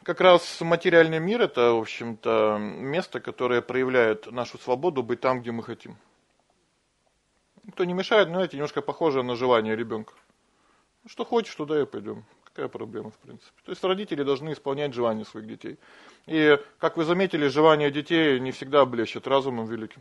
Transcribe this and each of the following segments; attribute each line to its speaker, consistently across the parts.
Speaker 1: как раз материальный мир это, в общем-то, место, которое проявляет нашу свободу быть там, где мы хотим. Никто не мешает, но это немножко похоже на желание ребенка. Что хочешь, туда и пойдем. Какая проблема, в принципе. То есть родители должны исполнять желания своих детей. И, как вы заметили, желания детей не всегда блещут разумом великим.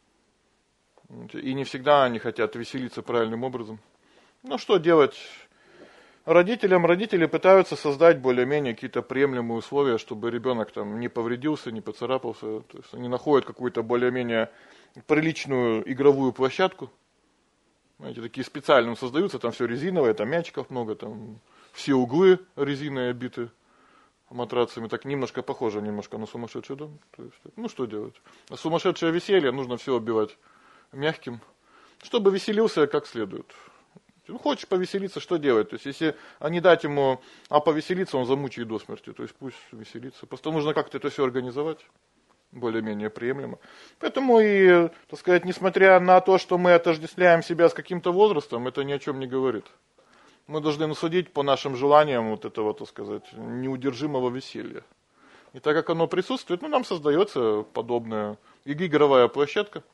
Speaker 1: И не всегда они хотят веселиться правильным образом. Ну что делать родителям? Родители пытаются создать более-менее какие-то приемлемые условия, чтобы ребенок там не повредился, не поцарапался. То есть они находят какую-то более-менее приличную игровую площадку. Знаете, такие специально создаются, там все резиновое, там мячиков много, там все углы резиной обиты матрацами. Так немножко похоже на сумасшедший дом. То есть, ну что делать? На сумасшедшее веселье нужно все убивать мягким, чтобы веселился как следует. Ну, хочешь повеселиться, что делать? То есть, если не дать ему, повеселиться, он замучает до смерти. То есть, пусть веселится. Просто нужно как-то это все организовать более-менее приемлемо. Поэтому и, так сказать, несмотря на то, что мы отождествляем себя с каким-то возрастом, это ни о чем не говорит. Мы должны насудить по нашим желаниям вот этого, так сказать, неудержимого веселья. И так как оно присутствует, нам создается подобная игровая площадка.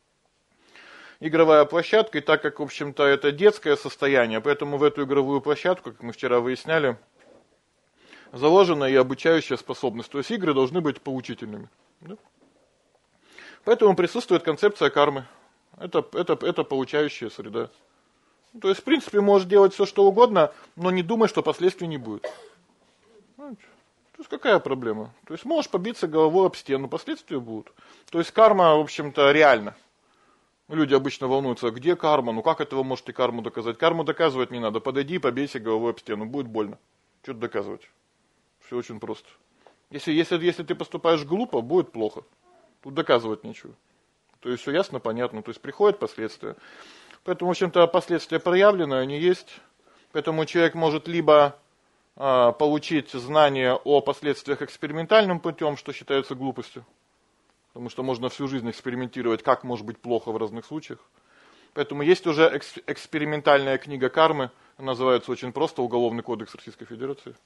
Speaker 1: Игровая площадка, и так как, в общем-то, это детское состояние, поэтому в эту игровую площадку, как мы вчера выясняли, заложена и обучающая способность. То есть игры должны быть поучительными. Да? Поэтому присутствует концепция кармы. Это поучающая среда. То есть, в принципе, можешь делать все, что угодно, но не думай, что последствий не будет. То есть, какая проблема? То есть, можешь побиться головой об стену, последствия будут. То есть, карма, в общем-то, реальна. Люди обычно волнуются, где карма, как это вы можете карму доказать? Карму доказывать не надо, подойди, побейся головой об стену, будет больно. Что-то доказывать. Все очень просто. Если ты поступаешь глупо, будет плохо. Тут доказывать нечего. То есть все ясно, понятно. То есть приходят последствия. Поэтому, в общем-то, последствия проявлены, они есть. Поэтому человек может либо получить знания о последствиях экспериментальным путем, что считается глупостью. Потому что можно всю жизнь экспериментировать, как может быть плохо в разных случаях. Поэтому есть уже экспериментальная книга кармы, она называется очень просто «Уголовный кодекс Российской Федерации».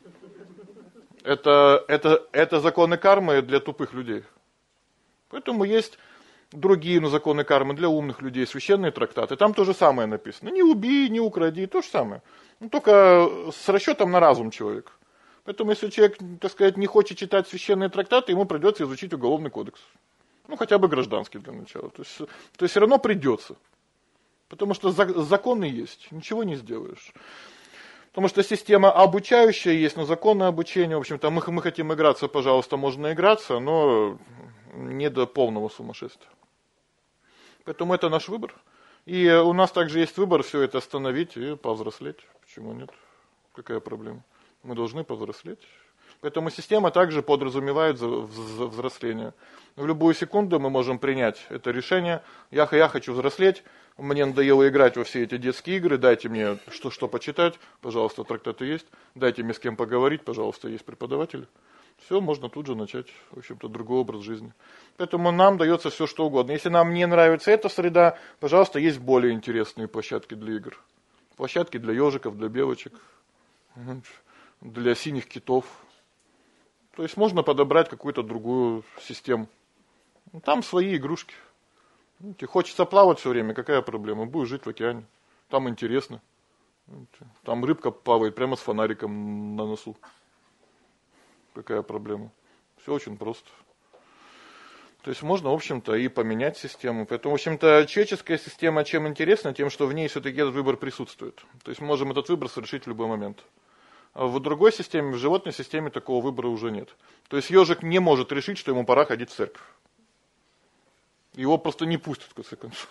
Speaker 1: Это законы кармы для тупых людей. Поэтому есть другие законы кармы для умных людей, священные трактаты. Там то же самое написано. Не убей, не укради, то же самое. Только с расчетом на разум человека. Поэтому если человек, так сказать, не хочет читать священные трактаты, ему придется изучить уголовный кодекс. Хотя бы гражданский для начала. То есть все равно придется. Потому что законы есть, ничего не сделаешь. Потому что система обучающая есть, но законное обучение, в общем-то, мы хотим играться, пожалуйста, можно играться, но не до полного сумасшествия. Поэтому это наш выбор. И у нас также есть выбор все это остановить и повзрослеть. Почему нет? Какая проблема? Мы должны повзрослеть. Поэтому система также подразумевает взросление. В любую секунду мы можем принять это решение. Я хочу взрослеть, мне надоело играть во все эти детские игры, дайте мне что почитать, пожалуйста, трактаты есть, дайте мне с кем поговорить, пожалуйста, есть преподаватель. Все, можно тут же начать, в общем-то, другой образ жизни. Поэтому нам дается все, что угодно. Если нам не нравится эта среда, пожалуйста, есть более интересные площадки для игр. Площадки для ежиков, для белочек, для синих китов. То есть можно подобрать какую-то другую систему. Там свои игрушки. Тебе хочется плавать все время, какая проблема? Будешь жить в океане. Там интересно. Там рыбка плавает прямо с фонариком на носу. Какая проблема? Все очень просто. То есть можно, в общем-то, и поменять систему. Поэтому, в общем-то, человеческая система чем интересна? Тем, что в ней все-таки этот выбор присутствует. То есть мы можем этот выбор совершить в любой момент. А в другой системе, в животной системе такого выбора уже нет. То есть ежик не может решить, что ему пора ходить в церковь. Его просто не пустят, в конце концов.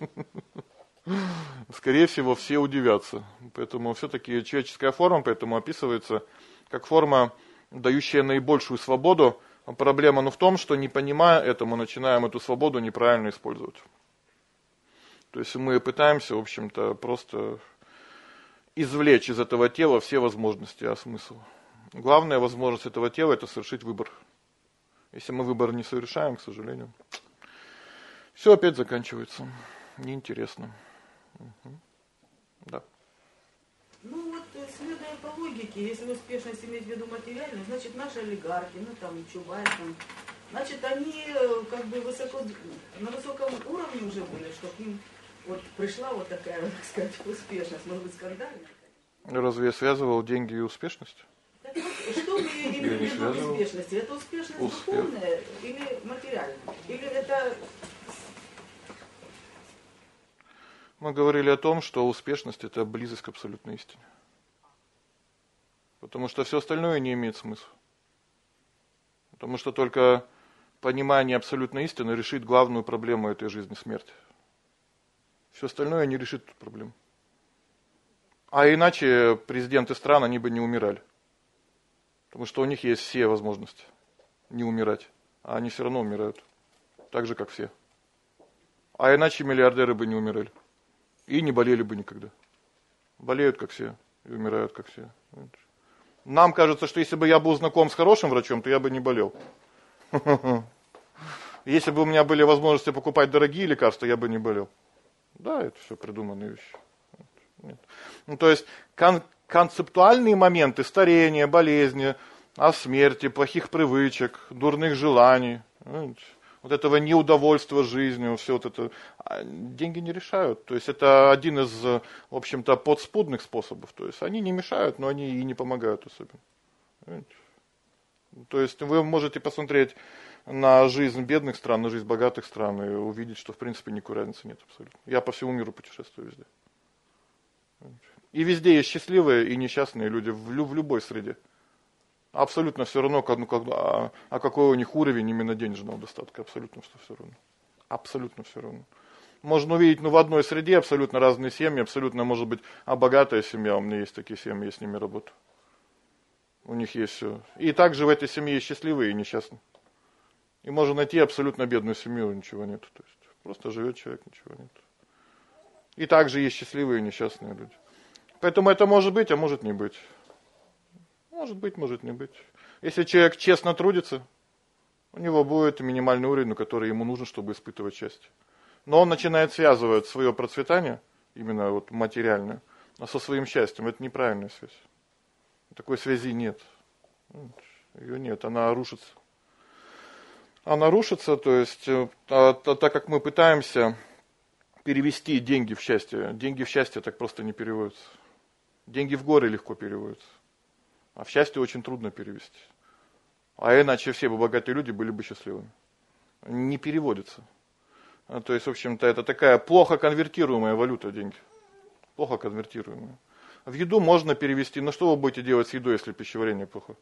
Speaker 1: Скорее всего, все удивятся. Поэтому все-таки человеческая форма, поэтому описывается как форма, дающая наибольшую свободу. Проблема в том, что не понимая это, мы начинаем эту свободу неправильно использовать. То есть мы пытаемся, в общем-то, просто извлечь из этого тела все возможности, а смысл. Главная возможность этого тела – это совершить выбор. Если мы выбор не совершаем, к сожалению, все опять заканчивается. Неинтересно. Да.
Speaker 2: Ну вот, следуя по логике, если успешность иметь в виду материальную, значит наши олигархи, ну там Чубайс, там, значит они как бы на высоком уровне уже были, чтобы им вот пришла вот такая, так сказать, успешность, может быть, скандальная.
Speaker 1: Разве я связывал деньги и успешность?
Speaker 2: Так вот, что мы имеем в виду успешности? Это успешность духовная или материальная? Или это...
Speaker 1: Мы говорили о том, что успешность – это близость к абсолютной истине. Потому что все остальное не имеет смысла. Потому что только понимание абсолютной истины решит главную проблему этой жизни – смерть. Все остальное не решит эту проблему. А иначе президенты стран, они бы не умирали. Потому что у них есть все возможности не умирать. А они все равно умирают. Так же, как все. А иначе миллиардеры бы не умирали. И не болели бы никогда. Болеют, как все. И умирают, как все. Нам кажется, что если бы я был знаком с хорошим врачом, то я бы не болел. Если бы у меня были возможности покупать дорогие лекарства, я бы не болел. Да, это все придуманные вещи. Нет. Ну, то есть концептуальные моменты старения, болезни, о смерти, плохих привычек, дурных желаний, вот этого неудовольствия жизнью, все вот это, деньги не решают. То есть это один из, в общем-то, подспудных способов. То есть они не мешают, но они и не помогают особенно. Понимаете? То есть вы можете посмотреть на жизнь бедных стран, на жизнь богатых стран и увидеть, что в принципе никакой разницы нет абсолютно. Я по всему миру путешествую везде. И везде есть счастливые и несчастные люди в любой среде. Абсолютно все равно, какой у них уровень именно денежного достатка. Абсолютно все равно. Абсолютно все равно. Можно увидеть, в одной среде абсолютно разные семьи, абсолютно, может быть, богатая семья, у меня есть такие семьи, я с ними работаю. У них есть все. И также в этой семье есть счастливые и несчастные. И можно найти абсолютно бедную семью, ничего нет. То есть просто живет человек, ничего нет. И также есть счастливые и несчастные люди. Поэтому это может быть, а может не быть. Может быть, может не быть. Если человек честно трудится, у него будет минимальный уровень, который ему нужен, чтобы испытывать счастье. Но он начинает связывать свое процветание, именно вот материальное, со своим счастьем. Это неправильная связь. Такой связи нет. Ее нет, она рушится. Она рушится, то есть, так как мы пытаемся перевести деньги в счастье так просто не переводятся. Деньги в горе легко переводятся. А в счастье очень трудно перевести. А иначе все бы богатые люди были бы счастливыми. Не переводится. То есть, в общем-то, это такая плохо конвертируемая валюта, деньги. Плохо конвертируемая. В еду можно перевести, но что вы будете делать с едой, если пищеварение плохо?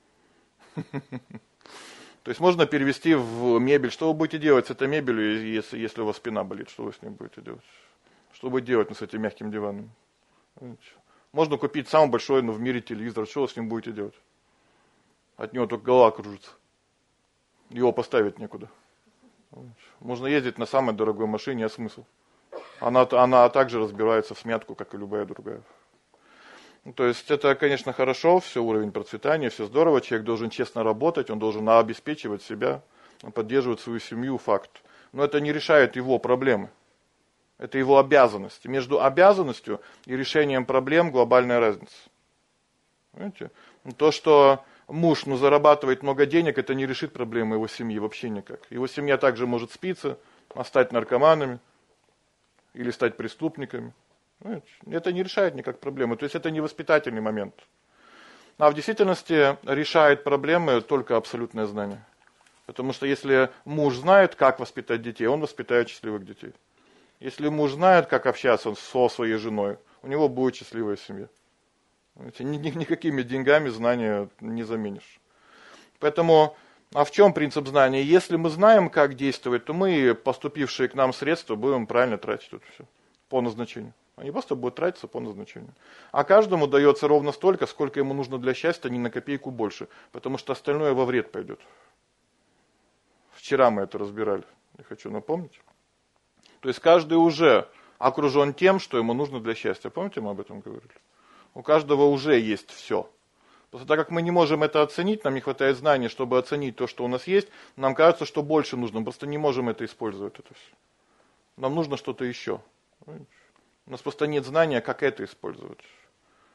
Speaker 1: То есть можно перевести в мебель. Что вы будете делать с этой мебелью, если у вас спина болит? Что вы с ней будете делать? Что вы делать с этим мягким диваном? Можно купить самый большой в мире телевизор. Что вы с ним будете делать? От него только голова кружится. Его поставить некуда. Можно ездить на самой дорогой машине, а смысл? Она также разбивается в смятку, как и любая другая. То есть это, конечно, хорошо, все уровень процветания, все здорово. Человек должен честно работать, он должен обеспечивать себя, поддерживать свою семью, факт. Но это не решает его проблемы. Это его обязанность. Между обязанностью и решением проблем глобальная разница. Понимаете? То, что муж зарабатывает много денег, это не решит проблемы его семьи вообще никак. Его семья также может спиться, стать наркоманами или стать преступниками. Понимаете? Это не решает никак проблемы. То есть это не воспитательный момент. А в действительности решает проблемы только абсолютное знание. Потому что если муж знает, как воспитать детей, он воспитает счастливых детей. Если муж знает, как общаться со своей женой, у него будет счастливая семья. Никакими деньгами знания не заменишь. Поэтому, а в чем принцип знания? Если мы знаем, как действовать, то мы поступившие к нам средства будем правильно тратить это все по назначению. Они просто будут тратиться по назначению. А каждому дается ровно столько, сколько ему нужно для счастья, не на копейку больше. Потому что остальное во вред пойдет. Вчера мы это разбирали. Я хочу напомнить. То есть каждый уже окружен тем, что ему нужно для счастья. Помните, мы об этом говорили? У каждого уже есть все. Просто так как мы не можем это оценить, нам не хватает знаний, чтобы оценить то, что у нас есть, нам кажется, что больше нужно. Мы просто не можем это использовать. Это все. Нам нужно что-то еще. У нас просто нет знания, как это использовать.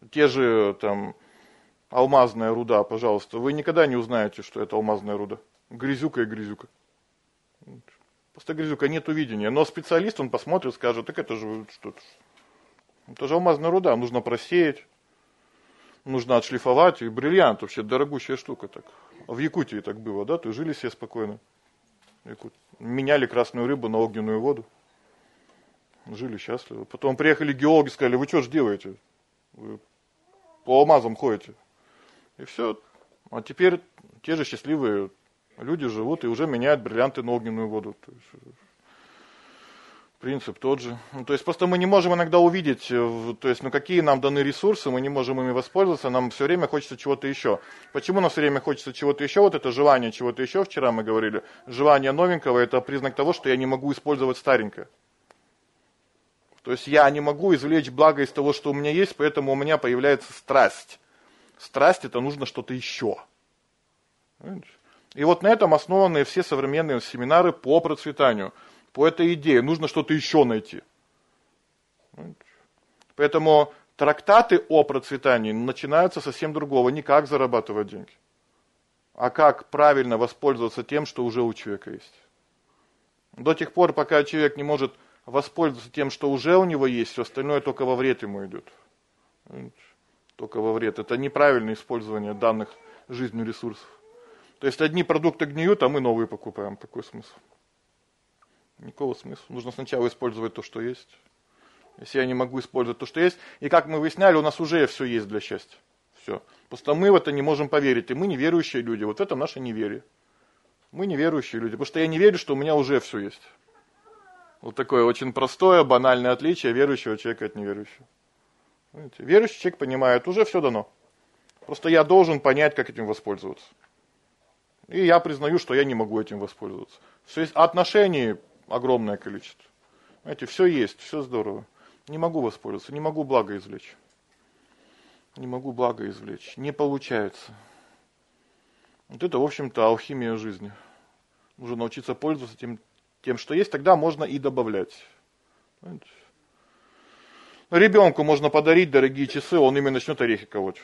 Speaker 1: те же там алмазная руда, пожалуйста, вы никогда не узнаете, что это алмазная руда. Грязюка и грязюка. Просто грязюка, нету видения. Но специалист, он посмотрит, скажет, так это же что-то. Это же алмазная руда, нужно просеять, нужно отшлифовать. И бриллиант вообще дорогущая штука. Так. В Якутии так было, да? То есть жили себе спокойно. Меняли красную рыбу на огненную воду. Жили счастливо. Потом приехали геологи, сказали, вы что ж делаете? Вы по алмазам ходите. И все. А теперь те же счастливые люди живут и уже меняют бриллианты на огненную воду. То есть, принцип тот же. Ну, то есть просто мы не можем иногда увидеть, то есть, какие нам даны ресурсы, мы не можем ими воспользоваться, нам все время хочется чего-то еще. Почему нам все время хочется чего-то еще? Вот это желание чего-то еще, вчера мы говорили, желание новенького, это признак того, что я не могу использовать старенькое. То есть я не могу извлечь благо из того, что у меня есть, поэтому у меня появляется страсть. Страсть это нужно что-то еще. И вот на этом основаны все современные семинары по процветанию. По этой идее нужно что-то еще найти. Поэтому трактаты о процветании начинаются совсем другого, не как зарабатывать деньги, а как правильно воспользоваться тем, что уже у человека есть. До тех пор, пока человек не может воспользоваться тем, что уже у него есть, все остальное только во вред ему идет. Только во вред. Это неправильное использование данных жизнью ресурсов. То есть одни продукты гниют, а мы новые покупаем. Такой смысл. Никакого смысла. Нужно сначала использовать то, что есть. Если я не могу использовать то, что есть. И как мы выясняли, у нас уже все есть для счастья. Все. Просто мы в это не можем поверить. И мы неверующие люди. Вот это наше неверие. Мы неверующие люди. Потому что я не верю, что у меня уже все есть. Вот такое очень простое, банальное отличие верующего человека от неверующего. Видите? Верующий человек понимает, уже все дано. Просто я должен понять, как этим воспользоваться. И я признаю, что я не могу этим воспользоваться. Все есть отношений огромное количество. Знаете, все есть, все здорово. Не могу воспользоваться, не могу благо извлечь. Не могу благо извлечь. Не получается. Вот это, в общем-то, алхимия жизни. Нужно научиться пользоваться тем, что есть, тогда можно и добавлять. Знаете? Ребенку можно подарить дорогие часы, он ими начнет орехи колоть.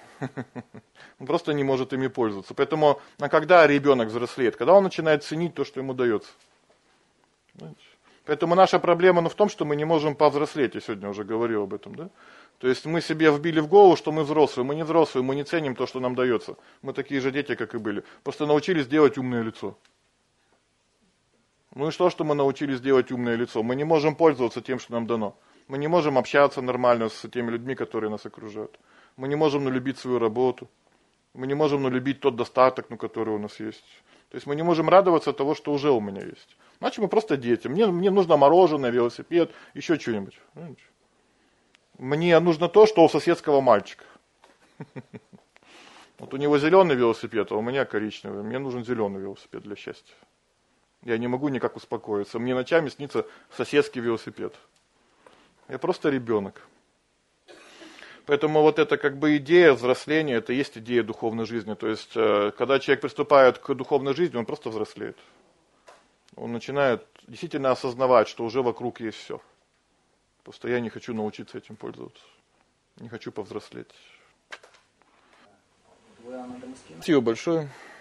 Speaker 1: Он просто не может ими пользоваться. Поэтому, когда ребенок взрослеет? Когда он начинает ценить то, что ему дается. Знаете? Поэтому наша проблема в том, что мы не можем повзрослеть. Я сегодня уже говорил об этом. Да? То есть мы себе вбили в голову, что мы взрослые. Мы не взрослые, мы не ценим то, что нам дается. Мы такие же дети, как и были. Просто научились делать умное лицо. Ну и что мы научились делать умное лицо? Мы не можем пользоваться тем, что нам дано. Мы не можем общаться нормально с теми людьми, которые нас окружают. Мы не можем налюбить свою работу. Мы не можем налюбить тот достаток, который у нас есть. То есть мы не можем радоваться того, что уже у меня есть. Значит, мы просто дети. Мне нужно мороженое, велосипед, еще что-нибудь. Мне нужно то, что у соседского мальчика. Вот у него зеленый велосипед, а у меня коричневый. Мне нужен зеленый велосипед для счастья. Я не могу никак успокоиться. Мне ночами снится соседский велосипед. Я просто ребенок. Поэтому вот эта идея взросления, это и есть идея духовной жизни. То есть, когда человек приступает к духовной жизни, он просто взрослеет. Он начинает действительно осознавать, что уже вокруг есть все. Просто я не хочу научиться этим пользоваться. Не хочу повзрослеть. Спасибо большое.